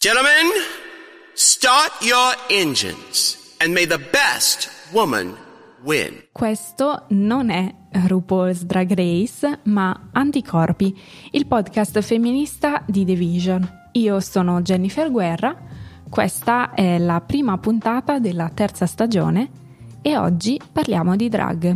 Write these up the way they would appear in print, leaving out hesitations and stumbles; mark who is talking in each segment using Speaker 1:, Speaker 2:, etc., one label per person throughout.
Speaker 1: Gentlemen, start your engines and may the best woman win.
Speaker 2: Questo non è RuPaul's Drag Race, ma Anticorpi, il podcast femminista di The Vision. Io sono Jennifer Guerra, questa è la prima puntata della terza stagione e oggi parliamo di drag.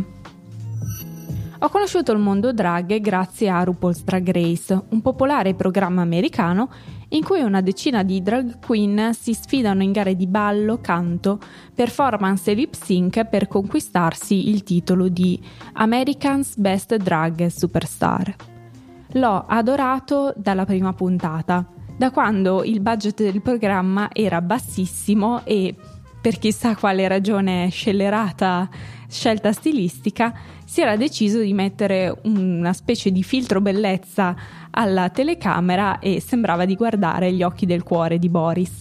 Speaker 2: Ho conosciuto il mondo drag grazie a RuPaul's Drag Race, un popolare programma americano in cui una decina di drag queen si sfidano in gare di ballo, canto, performance e lip sync per conquistarsi il titolo di America's Best Drag Superstar. L'ho adorato dalla prima puntata, da quando il budget del programma era bassissimo e, per chissà quale ragione scellerata scelta stilistica, si era deciso di mettere una specie di filtro bellezza alla telecamera e sembrava di guardare gli occhi del cuore di Boris.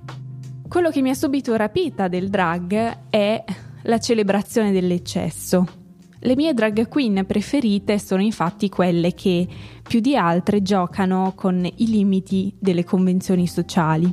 Speaker 2: Quello che mi ha subito rapita del drag è la celebrazione dell'eccesso. Le mie drag queen preferite sono infatti quelle che più di altre giocano con i limiti delle convenzioni sociali.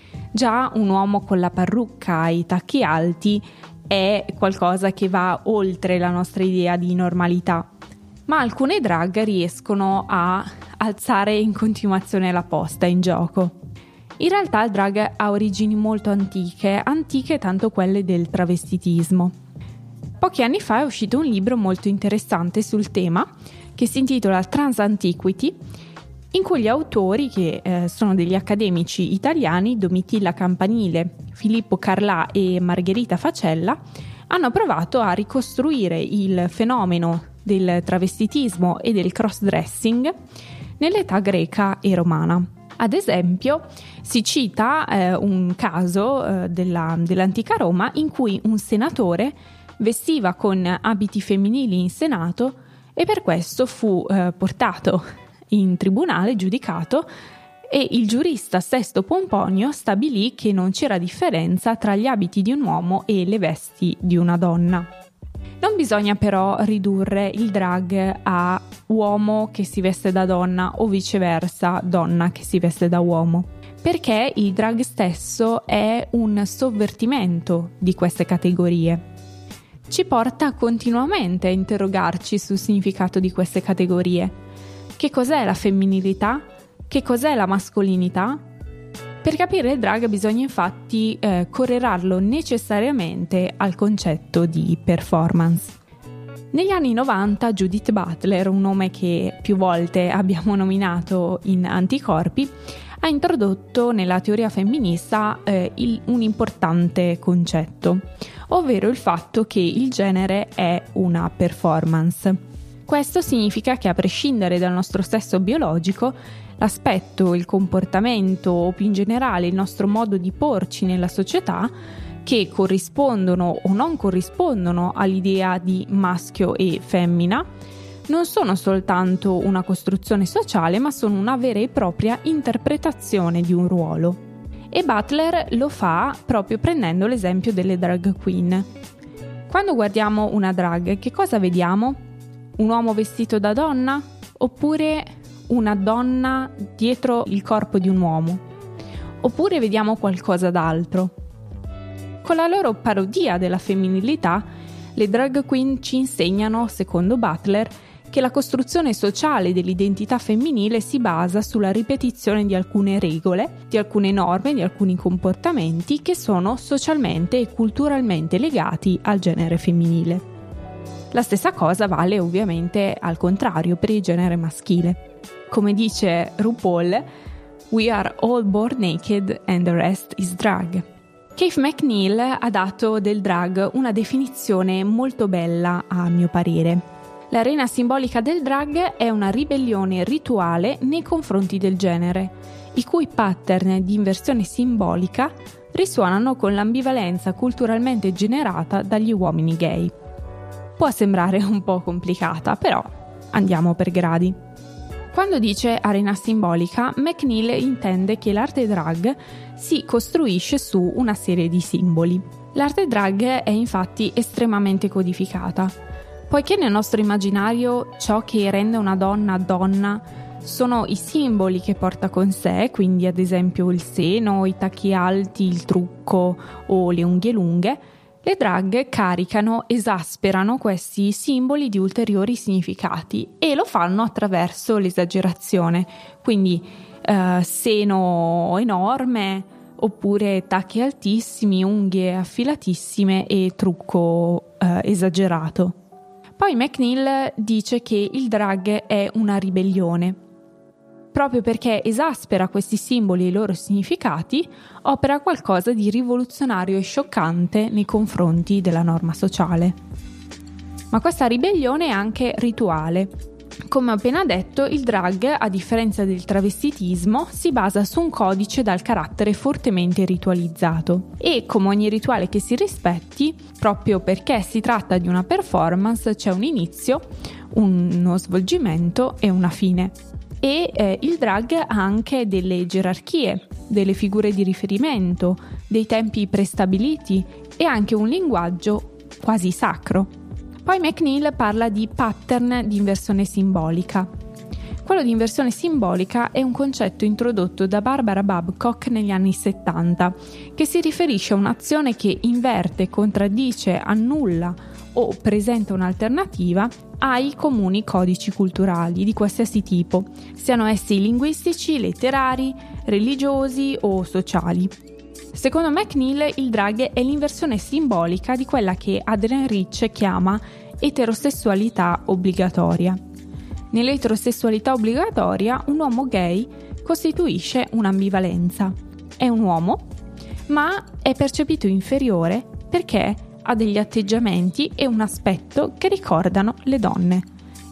Speaker 2: Già un uomo con la parrucca e i tacchi alti è qualcosa che va oltre la nostra idea di normalità, ma alcune drag riescono a alzare in continuazione la posta in gioco. In realtà il drag ha origini molto antiche tanto quelle del travestitismo. Pochi anni fa è uscito un libro molto interessante sul tema che si intitola Trans Antiquity, in cui gli autori, che sono degli accademici italiani, Domitilla Campanile, Filippo Carlà e Margherita Facella, hanno provato a ricostruire il fenomeno del travestitismo e del cross-dressing nell'età greca e romana. Ad esempio, si cita un caso dell'antica Roma in cui un senatore vestiva con abiti femminili in Senato e per questo fu portato in tribunale, giudicato, e il giurista Sesto Pomponio stabilì che non c'era differenza tra gli abiti di un uomo e le vesti di una donna. Non bisogna però ridurre il drag a uomo che si veste da donna o viceversa donna che si veste da uomo, perché il drag stesso è un sovvertimento di queste categorie. Ci porta continuamente a interrogarci sul significato di queste categorie. Che cos'è la femminilità? Che cos'è la mascolinità? Per capire il drag bisogna infatti correlarlo necessariamente al concetto di performance. Negli anni 90 Judith Butler, un nome che più volte abbiamo nominato in Anticorpi, ha introdotto nella teoria femminista un importante concetto, ovvero il fatto che il genere è una performance. Questo significa che a prescindere dal nostro sesso biologico, l'aspetto, il comportamento o più in generale il nostro modo di porci nella società, che corrispondono o non corrispondono all'idea di maschio e femmina, non sono soltanto una costruzione sociale, ma sono una vera e propria interpretazione di un ruolo. E Butler lo fa proprio prendendo l'esempio delle drag queen. Quando guardiamo una drag, che cosa vediamo? Un uomo vestito da donna? Oppure una donna dietro il corpo di un uomo? Oppure vediamo qualcosa d'altro? Con la loro parodia della femminilità, le drag queen ci insegnano, secondo Butler, che la costruzione sociale dell'identità femminile si basa sulla ripetizione di alcune regole, di alcune norme, di alcuni comportamenti che sono socialmente e culturalmente legati al genere femminile. La stessa cosa vale ovviamente al contrario per il genere maschile. Come dice RuPaul, "We are all born naked and the rest is drag". Keith McNeil ha dato del drag una definizione molto bella a mio parere. L'arena simbolica del drag è una ribellione rituale nei confronti del genere, i cui pattern di inversione simbolica risuonano con l'ambivalenza culturalmente generata dagli uomini gay. Può sembrare un po' complicata, però andiamo per gradi. Quando dice arena simbolica, McNeil intende che l'arte drag si costruisce su una serie di simboli. L'arte drag è infatti estremamente codificata, poiché nel nostro immaginario ciò che rende una donna donna sono i simboli che porta con sé, quindi ad esempio il seno, i tacchi alti, il trucco o le unghie lunghe. Le drag caricano, esasperano questi simboli di ulteriori significati e lo fanno attraverso l'esagerazione, quindi seno enorme oppure tacchi altissimi, unghie affilatissime e trucco esagerato. Poi McNeill dice che il drag è una ribellione. Proprio perché esaspera questi simboli e i loro significati, opera qualcosa di rivoluzionario e scioccante nei confronti della norma sociale. Ma questa ribellione è anche rituale. Come ho appena detto, il drag, a differenza del travestitismo, si basa su un codice dal carattere fortemente ritualizzato e, come ogni rituale che si rispetti, proprio perché si tratta di una performance, c'è un inizio, uno svolgimento e una fine. E il drag ha anche delle gerarchie, delle figure di riferimento, dei tempi prestabiliti e anche un linguaggio quasi sacro. Poi McNeill parla di pattern di inversione simbolica. Quello di inversione simbolica è un concetto introdotto da Barbara Babcock negli anni 70, che si riferisce a un'azione che inverte, contraddice, annulla o presenta un'alternativa ai comuni codici culturali di qualsiasi tipo, siano essi linguistici, letterari, religiosi o sociali. Secondo McNeill, il drag è l'inversione simbolica di quella che Adrienne Rich chiama eterosessualità obbligatoria. Nell'eterosessualità obbligatoria, un uomo gay costituisce un'ambivalenza. È un uomo, ma è percepito inferiore perché ha degli atteggiamenti e un aspetto che ricordano le donne,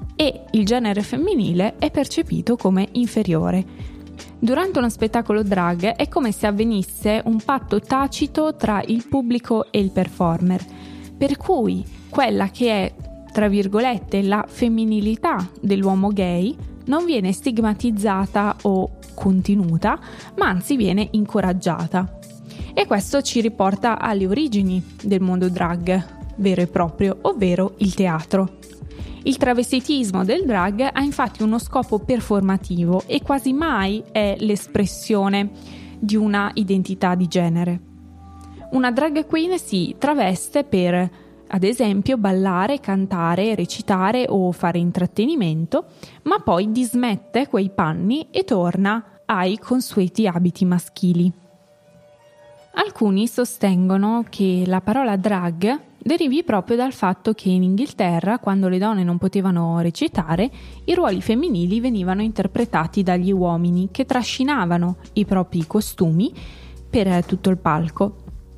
Speaker 2: e il genere femminile è percepito come inferiore. Durante uno spettacolo drag è come se avvenisse un patto tacito tra il pubblico e il performer, per cui quella che è, tra virgolette, la femminilità dell'uomo gay non viene stigmatizzata o contenuta, ma anzi viene incoraggiata. E questo ci riporta alle origini del mondo drag vero e proprio, ovvero il teatro. Il travestitismo del drag ha infatti uno scopo performativo e quasi mai è l'espressione di una identità di genere. Una drag queen si traveste per, ad esempio, ballare, cantare, recitare o fare intrattenimento, ma poi dismette quei panni e torna ai consueti abiti maschili. Alcuni sostengono che la parola drag derivi proprio dal fatto che in Inghilterra, quando le donne non potevano recitare, i ruoli femminili venivano interpretati dagli uomini che trascinavano i propri costumi per tutto il palco.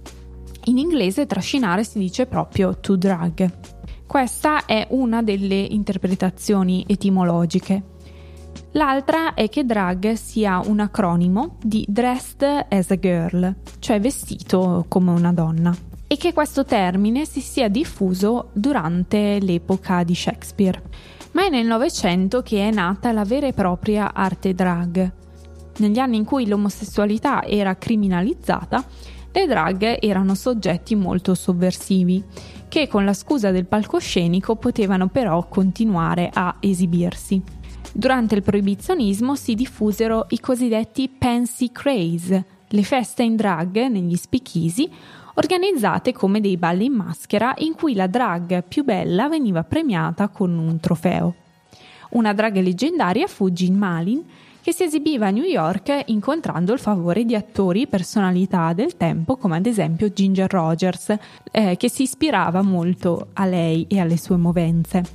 Speaker 2: In inglese trascinare si dice proprio to drag. Questa è una delle interpretazioni etimologiche. L'altra è che drag sia un acronimo di dressed as a girl, cioè vestito come una donna, e che questo termine si sia diffuso durante l'epoca di Shakespeare. Ma è nel Novecento che è nata la vera e propria arte drag. Negli anni in cui l'omosessualità era criminalizzata, le drag erano soggetti molto sovversivi, che con la scusa del palcoscenico potevano però continuare a esibirsi. Durante il proibizionismo si diffusero i cosiddetti Pansy Craze, le feste in drag negli speakeasy, organizzate come dei balli in maschera in cui la drag più bella veniva premiata con un trofeo. Una drag leggendaria fu Jean Malin, che si esibiva a New York incontrando il favore di attori e personalità del tempo come ad esempio Ginger Rogers, che si ispirava molto a lei e alle sue movenze.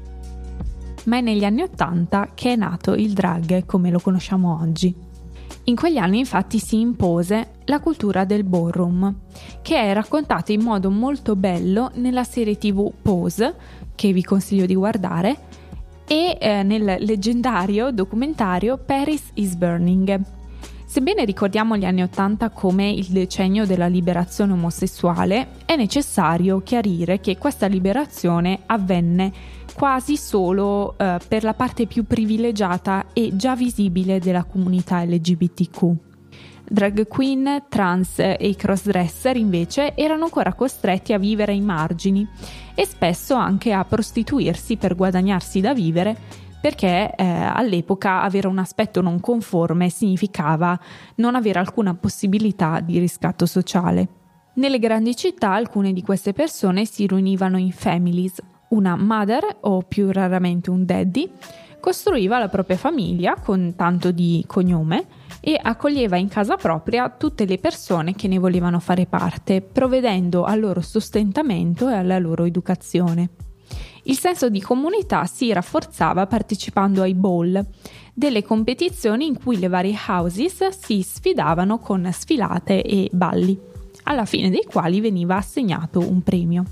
Speaker 2: Ma è negli anni '80 che è nato il drag come lo conosciamo oggi. In quegli anni infatti si impose la cultura del ballroom, che è raccontata in modo molto bello nella serie TV Pose, che vi consiglio di guardare, e nel leggendario documentario Paris is Burning. Sebbene ricordiamo gli anni '80 come il decennio della liberazione omosessuale, è necessario chiarire che questa liberazione avvenne quasi solo per la parte più privilegiata e già visibile della comunità LGBTQ. Drag queen, trans e crossdresser invece erano ancora costretti a vivere ai margini e spesso anche a prostituirsi per guadagnarsi da vivere, perché all'epoca avere un aspetto non conforme significava non avere alcuna possibilità di riscatto sociale. Nelle grandi città alcune di queste persone si riunivano in families. Una mother, o più raramente un daddy, costruiva la propria famiglia con tanto di cognome e accoglieva in casa propria tutte le persone che ne volevano fare parte, provvedendo al loro sostentamento e alla loro educazione. Il senso di comunità si rafforzava partecipando ai ball, delle competizioni in cui le varie houses si sfidavano con sfilate e balli, alla fine dei quali veniva assegnato un premio.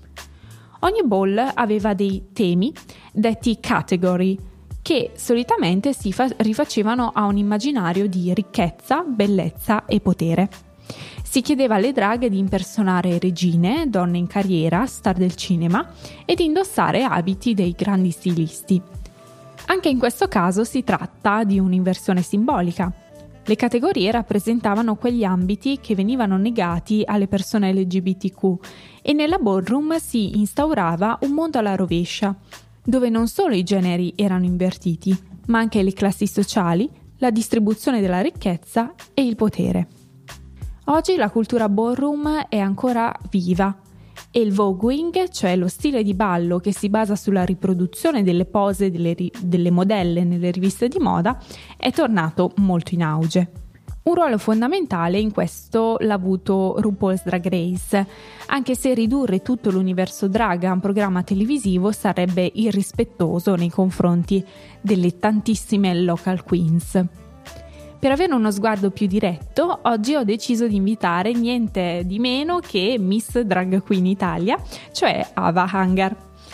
Speaker 2: Ogni ball aveva dei temi, detti category, che solitamente si rifacevano a un immaginario di ricchezza, bellezza e potere. Si chiedeva alle drag di impersonare regine, donne in carriera, star del cinema e di indossare abiti dei grandi stilisti. Anche in questo caso si tratta di un'inversione simbolica. Le categorie rappresentavano quegli ambiti che venivano negati alle persone LGBTQ e nella ballroom si instaurava un mondo alla rovescia, dove non solo i generi erano invertiti, ma anche le classi sociali, la distribuzione della ricchezza e il potere. Oggi la cultura ballroom è ancora viva e il voguing, cioè lo stile di ballo che si basa sulla riproduzione delle pose delle modelle nelle riviste di moda, è tornato molto in auge. Un ruolo fondamentale in questo l'ha avuto RuPaul's Drag Race, anche se ridurre tutto l'universo drag a un programma televisivo sarebbe irrispettoso nei confronti delle tantissime local queens. Per avere uno sguardo più diretto, oggi ho deciso di invitare niente di meno che Miss Drag Queen Italia, cioè Ava Hangar.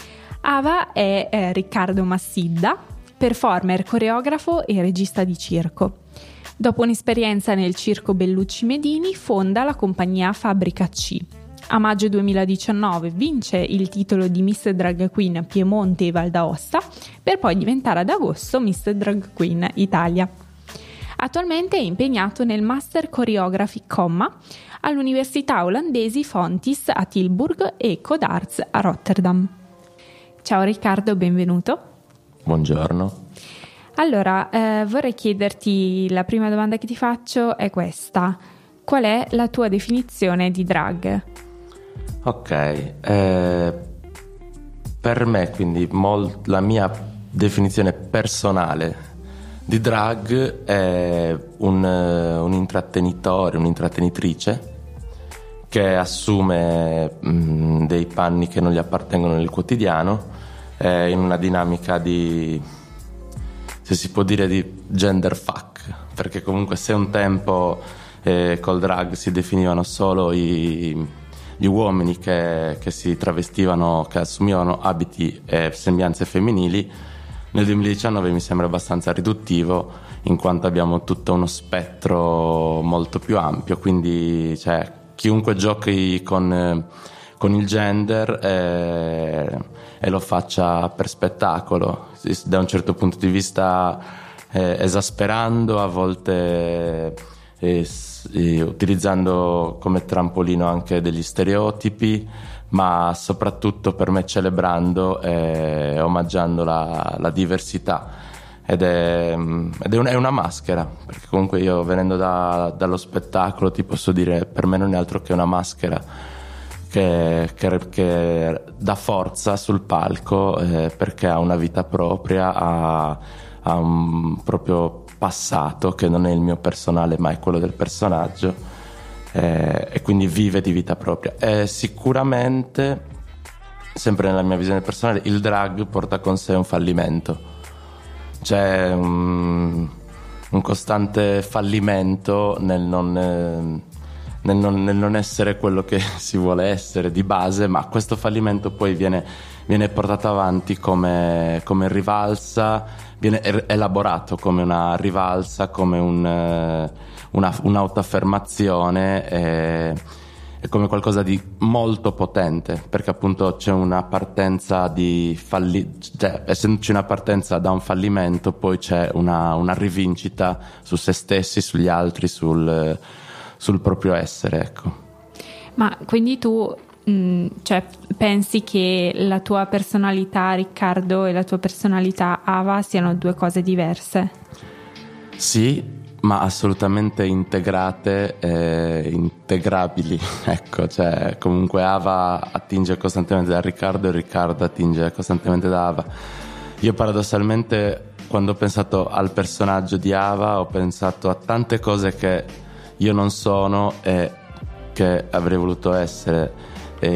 Speaker 2: Ava è Riccardo Massidda, performer, coreografo e regista di circo. Dopo un'esperienza nel circo Bellucci Medini, fonda la compagnia Fabbrica C. A maggio 2019 vince il titolo di Miss Drag Queen Piemonte e Val d'Aosta, per poi diventare ad agosto Miss Drag Queen Italia. Attualmente è impegnato nel Master Choreography Comma all'Università Olandesi Fontys a Tilburg e Codarts a Rotterdam. Ciao Riccardo, benvenuto.
Speaker 3: Buongiorno.
Speaker 2: Allora, vorrei chiederti, la prima domanda che ti faccio è questa: qual è la tua definizione di drag?
Speaker 3: Ok, per me quindi la mia definizione personale di drag è un intrattenitore, un'intrattenitrice che assume dei panni che non gli appartengono nel quotidiano, in una dinamica di, se si può dire, di gender fuck, perché comunque se un tempo col drag si definivano solo gli uomini che si travestivano, che assumevano abiti e sembianze femminili, nel 2019 mi sembra abbastanza riduttivo, in quanto abbiamo tutto uno spettro molto più ampio, quindi chiunque giochi con il gender e lo faccia per spettacolo, da un certo punto di vista esasperando, a volte utilizzando come trampolino anche degli stereotipi, ma soprattutto per me celebrando e omaggiando la diversità, ed è una maschera, perché comunque io, venendo dallo spettacolo, ti posso dire, per me non è altro che una maschera che dà forza sul palco, perché ha una vita propria, ha un proprio passato che non è il mio personale ma è quello del personaggio, e quindi vive di vita propria. E sicuramente, sempre nella mia visione personale, il drag porta con sé un fallimento, c'è un costante fallimento nel non essere quello che si vuole essere di base, ma questo fallimento poi viene portato avanti come rivalsa, viene elaborato come una rivalsa, come un'autoaffermazione, e come qualcosa di molto potente, perché appunto c'è una partenza essendoci una partenza da un fallimento, poi c'è una rivincita su se stessi, sugli altri, sul proprio essere, ecco.
Speaker 2: Ma quindi tu cioè, pensi che la tua personalità Riccardo e la tua personalità Ava siano due cose diverse?
Speaker 3: Sì, ma assolutamente integrate e integrabili. Ecco, cioè comunque Ava attinge costantemente da Riccardo e Riccardo attinge costantemente da Ava. Io paradossalmente, quando ho pensato al personaggio di Ava, ho pensato a tante cose che io non sono e che avrei voluto essere.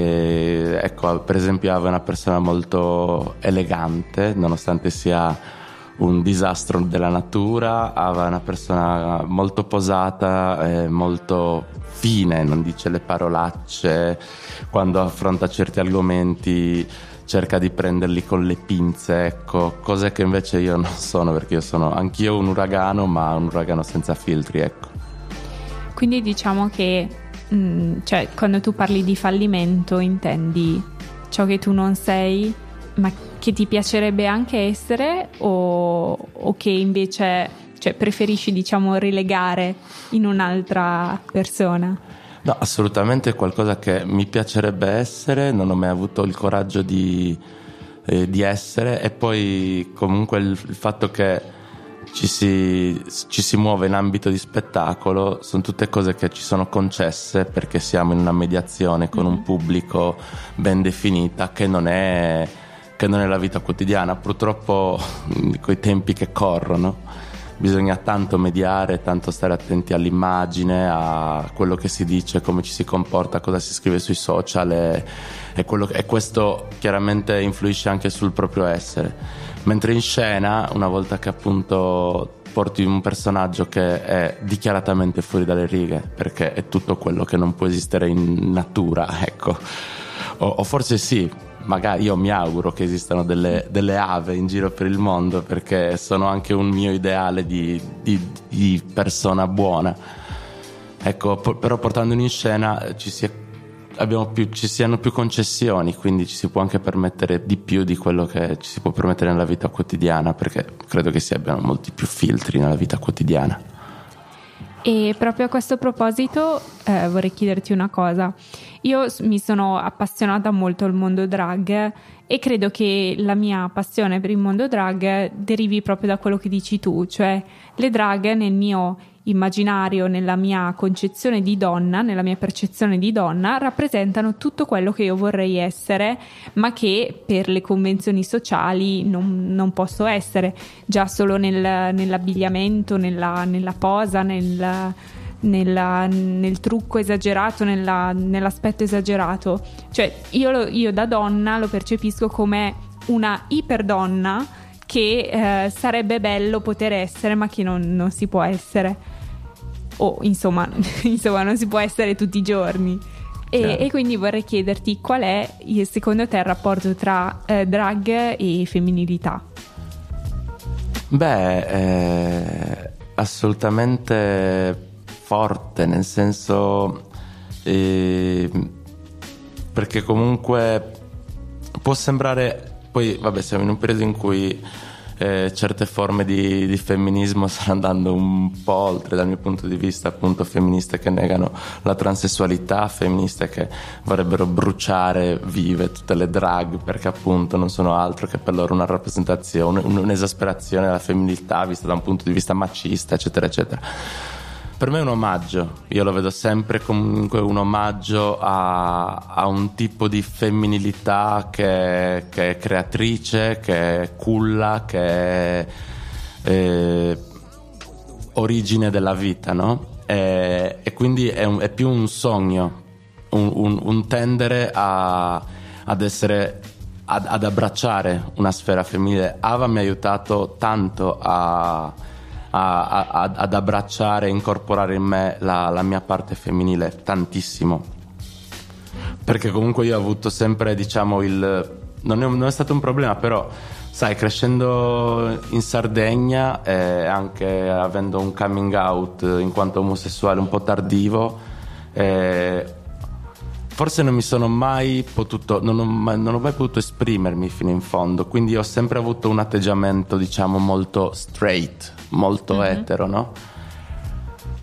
Speaker 3: E ecco, per esempio Ava è una persona molto elegante, nonostante sia un disastro della natura. Ava è una persona molto posata, molto fine, non dice le parolacce, quando affronta certi argomenti cerca di prenderli con le pinze, ecco, cose che invece io non sono, perché io sono anch'io un uragano, ma un uragano senza filtri, ecco.
Speaker 2: Quindi diciamo che cioè, quando tu parli di fallimento intendi ciò che tu non sei ma che ti piacerebbe anche essere, o che invece, cioè, preferisci, diciamo, rilegare in un'altra persona?
Speaker 3: No, assolutamente qualcosa che mi piacerebbe essere, non ho mai avuto il coraggio di essere, e poi comunque il fatto che ci si muove in ambito di spettacolo sono tutte cose che ci sono concesse perché siamo in una mediazione con un pubblico ben definita, che non è la vita quotidiana. Purtroppo coi tempi che corrono bisogna tanto mediare, tanto stare attenti all'immagine, a quello che si dice, come ci si comporta, cosa si scrive sui social, e questo chiaramente influisce anche sul proprio essere. Mentre in scena, una volta che appunto porti un personaggio che è dichiaratamente fuori dalle righe, perché è tutto quello che non può esistere in natura, ecco, o forse sì, magari io mi auguro che esistano delle ave in giro per il mondo, perché sono anche un mio ideale di persona buona, ecco. Però portandoli in scena ci si hanno più concessioni, quindi ci si può anche permettere di più di quello che ci si può permettere nella vita quotidiana, perché credo che si abbiano molti più filtri nella vita quotidiana.
Speaker 2: E proprio a questo proposito vorrei chiederti una cosa. Io mi sono appassionata molto al mondo drag e credo che la mia passione per il mondo drag derivi proprio da quello che dici tu, cioè le drag nel mio immaginario, nella mia concezione di donna, nella mia percezione di donna, rappresentano tutto quello che io vorrei essere, ma che per le convenzioni sociali non posso essere, già solo nell'abbigliamento, nella posa, nel trucco esagerato, nell'aspetto esagerato. Cioè io da donna lo percepisco come una iperdonna che sarebbe bello poter essere, ma che non si può essere, o insomma non si può essere tutti i giorni. E quindi vorrei chiederti qual è secondo te il rapporto tra drag e femminilità.
Speaker 3: Assolutamente forte, nel senso perché comunque può sembrare, poi vabbè, siamo in un periodo in cui certe forme di femminismo stanno andando un po' oltre, dal mio punto di vista, appunto, femministe che negano la transessualità, femministe che vorrebbero bruciare vive tutte le drag perché appunto non sono altro che per loro una rappresentazione, un'esasperazione della femminilità vista da un punto di vista macista, eccetera eccetera. Per me è un omaggio, io lo vedo sempre comunque un omaggio a un tipo di femminilità che è creatrice, che è culla, che è origine della vita, no? E quindi è più un sogno, un tendere ad essere, ad abbracciare una sfera femminile. Ava mi ha aiutato tanto ad abbracciare e incorporare in me la mia parte femminile, tantissimo, perché comunque io ho avuto sempre, diciamo, non è stato un problema, però sai, crescendo in Sardegna e anche avendo un coming out in quanto omosessuale un po' tardivo, forse non mi sono mai potuto, non ho mai potuto esprimermi fino in fondo, quindi ho sempre avuto un atteggiamento, diciamo, molto straight, molto etero, no?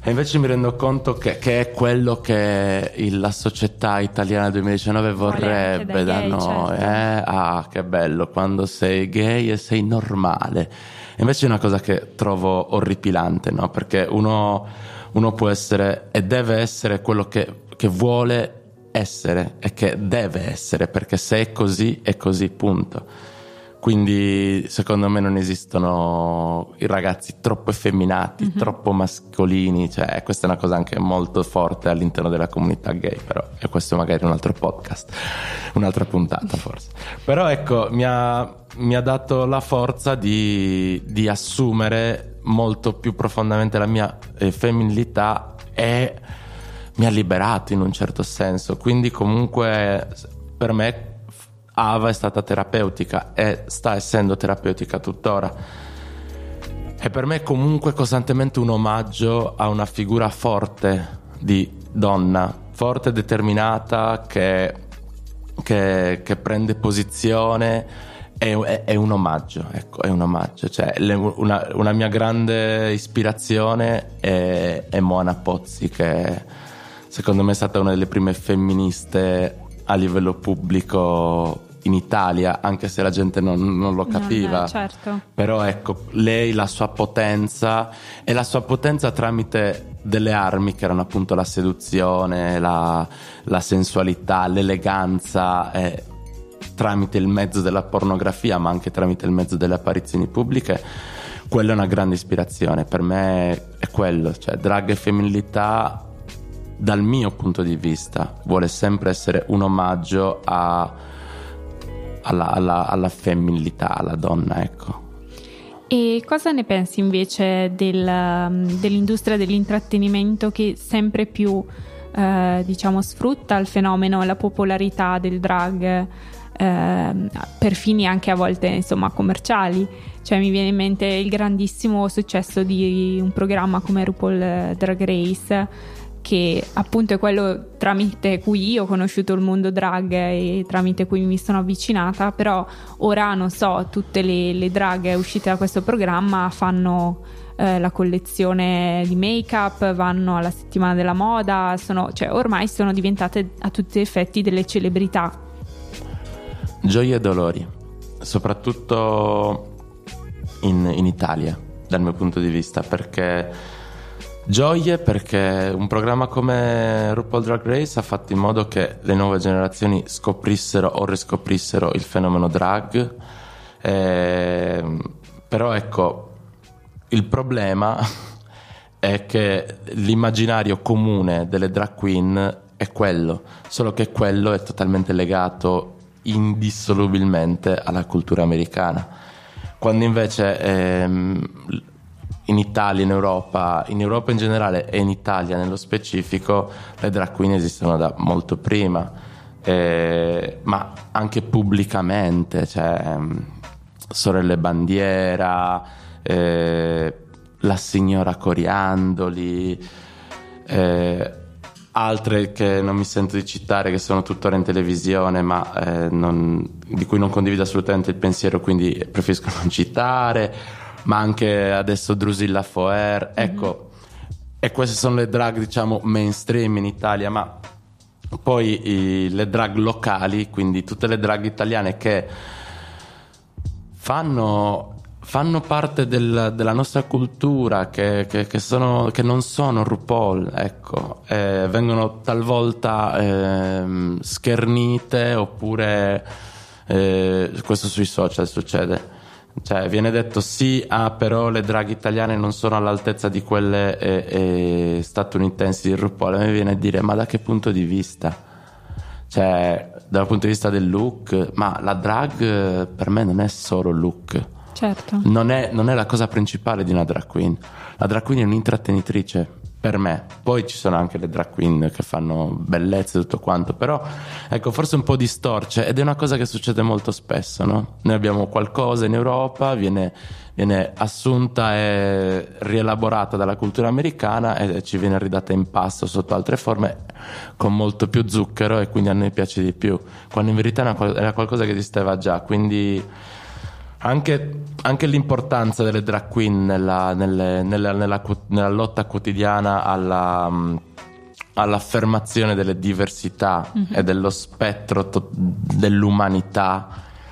Speaker 3: E invece mi rendo conto che è quello che la società italiana 2019 vorrebbe da
Speaker 2: gay,
Speaker 3: noi.
Speaker 2: certo.
Speaker 3: Ah, che bello, quando sei gay e sei normale. E invece è una cosa che trovo orripilante, no? Perché uno può essere e deve essere quello che vuole essere e che deve essere, perché se è così, punto. Quindi secondo me non esistono i ragazzi troppo effeminati, troppo mascolini, cioè questa è una cosa anche molto forte all'interno della comunità gay, però, e questo magari è un altro podcast, un'altra puntata forse. Però ecco, mi ha dato la forza di assumere molto più profondamente la mia femminilità e mi ha liberato in un certo senso, quindi comunque per me Ava è stata terapeutica e sta essendo terapeutica tuttora, e per me è comunque costantemente un omaggio a una figura forte di donna, forte e determinata, che prende posizione. È un omaggio, ecco, è un omaggio. Cioè, una mia grande ispirazione è Moana Pozzi, che secondo me è stata una delle prime femministe a livello pubblico in Italia, anche se la gente non lo capiva.
Speaker 2: Certo.
Speaker 3: Però ecco, lei, la sua potenza tramite delle armi che erano appunto la seduzione, la sensualità, l'eleganza, tramite il mezzo della pornografia, ma anche tramite il mezzo delle apparizioni pubbliche. Quella è una grande ispirazione per me, è quello, cioè drag e femminilità dal mio punto di vista vuole sempre essere un omaggio alla femminilità, alla donna, ecco.
Speaker 2: E cosa ne pensi invece dell'industria dell'intrattenimento che sempre più sfrutta il fenomeno e la popolarità del drag per fini anche a volte insomma commerciali? Cioè mi viene in mente il grandissimo successo di un programma come RuPaul Drag Race, che appunto è quello tramite cui io ho conosciuto il mondo drag e tramite cui mi sono avvicinata. Però ora non so, tutte le drag uscite da questo programma fanno la collezione di make-up, vanno alla settimana della moda, ormai sono diventate a tutti gli effetti delle celebrità.
Speaker 3: Gioie e dolori, soprattutto in Italia dal mio punto di vista, perché gioie perché un programma come RuPaul Drag Race ha fatto in modo che le nuove generazioni scoprissero o riscoprissero il fenomeno drag, però ecco, il problema è che l'immaginario comune delle drag queen è quello, solo che quello è totalmente legato indissolubilmente alla cultura americana, quando invece in Italia, in Europa in generale e in Italia nello specifico, le drag queen esistono da molto prima, ma anche pubblicamente, cioè Sorelle Bandiera, la signora Coriandoli, altre che non mi sento di citare, che sono tuttora in televisione ma di cui non condivido assolutamente il pensiero, quindi preferisco non citare, ma anche adesso Drusilla Foer, ecco. E queste sono le drag diciamo mainstream in Italia, ma poi le drag locali, quindi tutte le drag italiane che fanno parte della nostra cultura, che non sono RuPaul, ecco, vengono talvolta schernite, oppure questo sui social succede. Cioè viene detto sì, però le drag italiane non sono all'altezza di quelle statunitensi di RuPaul. A me viene a dire, ma da che punto di vista? Cioè dal punto di vista del look, ma la drag per me non è solo look.
Speaker 2: Certo.
Speaker 3: Non è la cosa principale di una drag queen. La drag queen è un'intrattenitrice, per me. Poi ci sono anche le drag queen che fanno bellezza e tutto quanto, però ecco, forse un po' distorce, ed è una cosa che succede molto spesso, no? Noi abbiamo qualcosa in Europa, viene assunta e rielaborata dalla cultura americana e ci viene ridata in pasto sotto altre forme con molto più zucchero, e quindi a noi piace di più, quando in verità era qualcosa che esisteva già. Quindi anche l'importanza delle drag queen nella lotta quotidiana all'affermazione delle diversità e dello spettro dell'umanità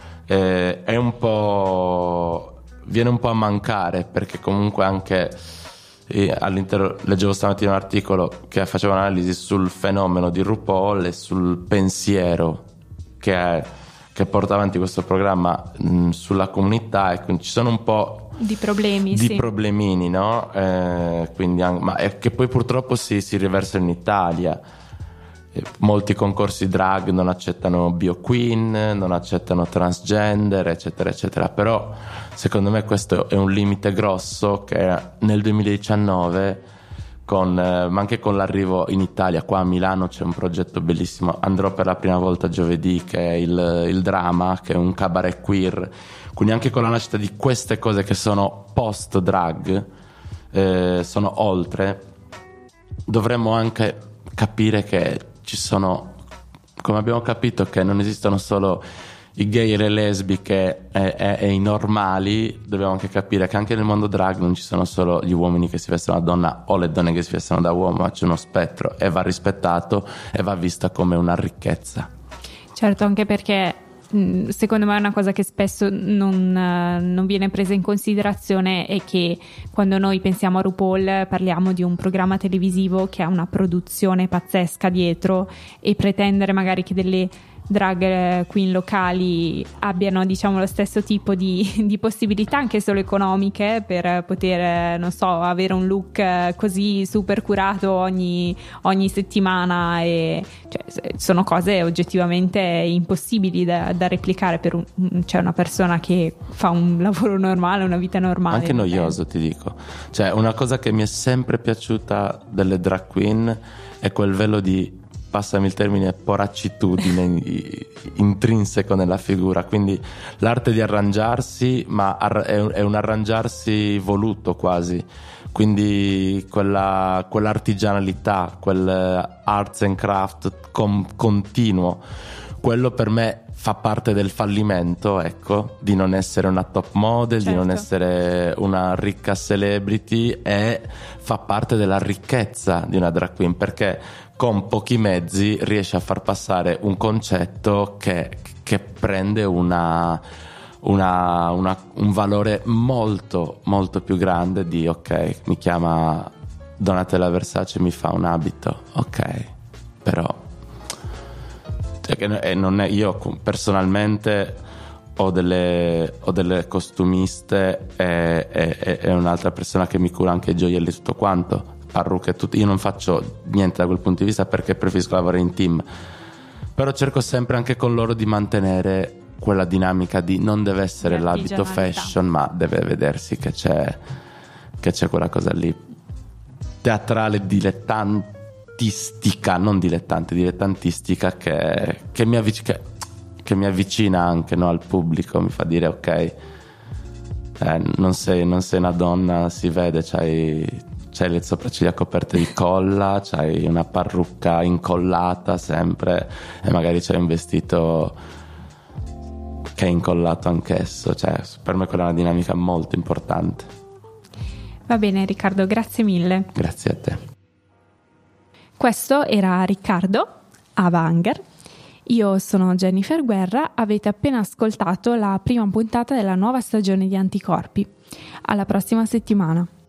Speaker 3: è un po', viene un po' a mancare, perché comunque anche all'interno, leggevo stamattina un articolo che faceva un'analisi sul fenomeno di RuPaul e sul pensiero che porta avanti questo programma sulla comunità, e quindi ci sono un po'
Speaker 2: di problemi,
Speaker 3: di problemini, no? Quindi ma è che poi purtroppo si riversa in Italia. Molti concorsi drag non accettano bioqueen, non accettano transgender, eccetera eccetera. Però secondo me questo è un limite grosso che nel 2019, ma anche con l'arrivo in Italia, qua a Milano c'è un progetto bellissimo, andrò per la prima volta giovedì, che è il Drama, che è un cabaret queer. Quindi anche con la nascita di queste cose che sono post drag, sono oltre, dovremmo anche capire che ci sono, come abbiamo capito, che non esistono solo i gay e le lesbiche e i normali. Dobbiamo anche capire che anche nel mondo drag non ci sono solo gli uomini che si vestono da donna o le donne che si vestono da uomo, ma c'è uno spettro e va rispettato e va vista come una ricchezza.
Speaker 2: Certo, anche perché secondo me è una cosa che spesso non viene presa in considerazione, è che quando noi pensiamo a RuPaul parliamo di un programma televisivo che ha una produzione pazzesca dietro, e pretendere magari che delle drag queen locali abbiano, diciamo, lo stesso tipo di possibilità anche solo economiche per poter, non so, avere un look così super curato ogni settimana, e cioè, sono cose oggettivamente impossibili da replicare per cioè una persona che fa un lavoro normale, una vita normale.
Speaker 3: Anche noioso, ti dico. Cioè, una cosa che mi è sempre piaciuta delle drag queen è quel velo di, passami il termine, poraccitudine intrinseco nella figura. Quindi l'arte di arrangiarsi, ma è un arrangiarsi voluto quasi. Quindi quell'artigianalità, quel arts and craft continuo, quello per me fa parte del fallimento, ecco, di non essere una top model, certo, di non essere una ricca celebrity, e fa parte della ricchezza di una drag queen, perché con pochi mezzi riesce a far passare un concetto che prende un valore molto molto più grande di, ok, mi chiama Donatella Versace, mi fa un abito, ok, però non è, io personalmente ho delle costumiste e un'altra persona che mi cura anche i gioielli, tutto quanto, parrucche e tutto. Io non faccio niente da quel punto di vista perché preferisco lavorare in team, però cerco sempre anche con loro di mantenere quella dinamica di non deve essere l'abito fashion, ma deve vedersi che c'è quella cosa lì teatrale, dilettantistica, non dilettante, dilettantistica, che mi avvicina anche, no, al pubblico, mi fa dire ok, non sei una donna, si vede, c'hai le sopracciglia coperte di colla, c'hai una parrucca incollata sempre e magari c'hai un vestito che è incollato anch'esso. Cioè, per me quella è una dinamica molto importante.
Speaker 2: Va bene Riccardo, grazie mille.
Speaker 3: Grazie a te.
Speaker 2: Questo era Riccardo a Banger. Io sono Jennifer Guerra, avete appena ascoltato la prima puntata della nuova stagione di Anticorpi. Alla prossima settimana.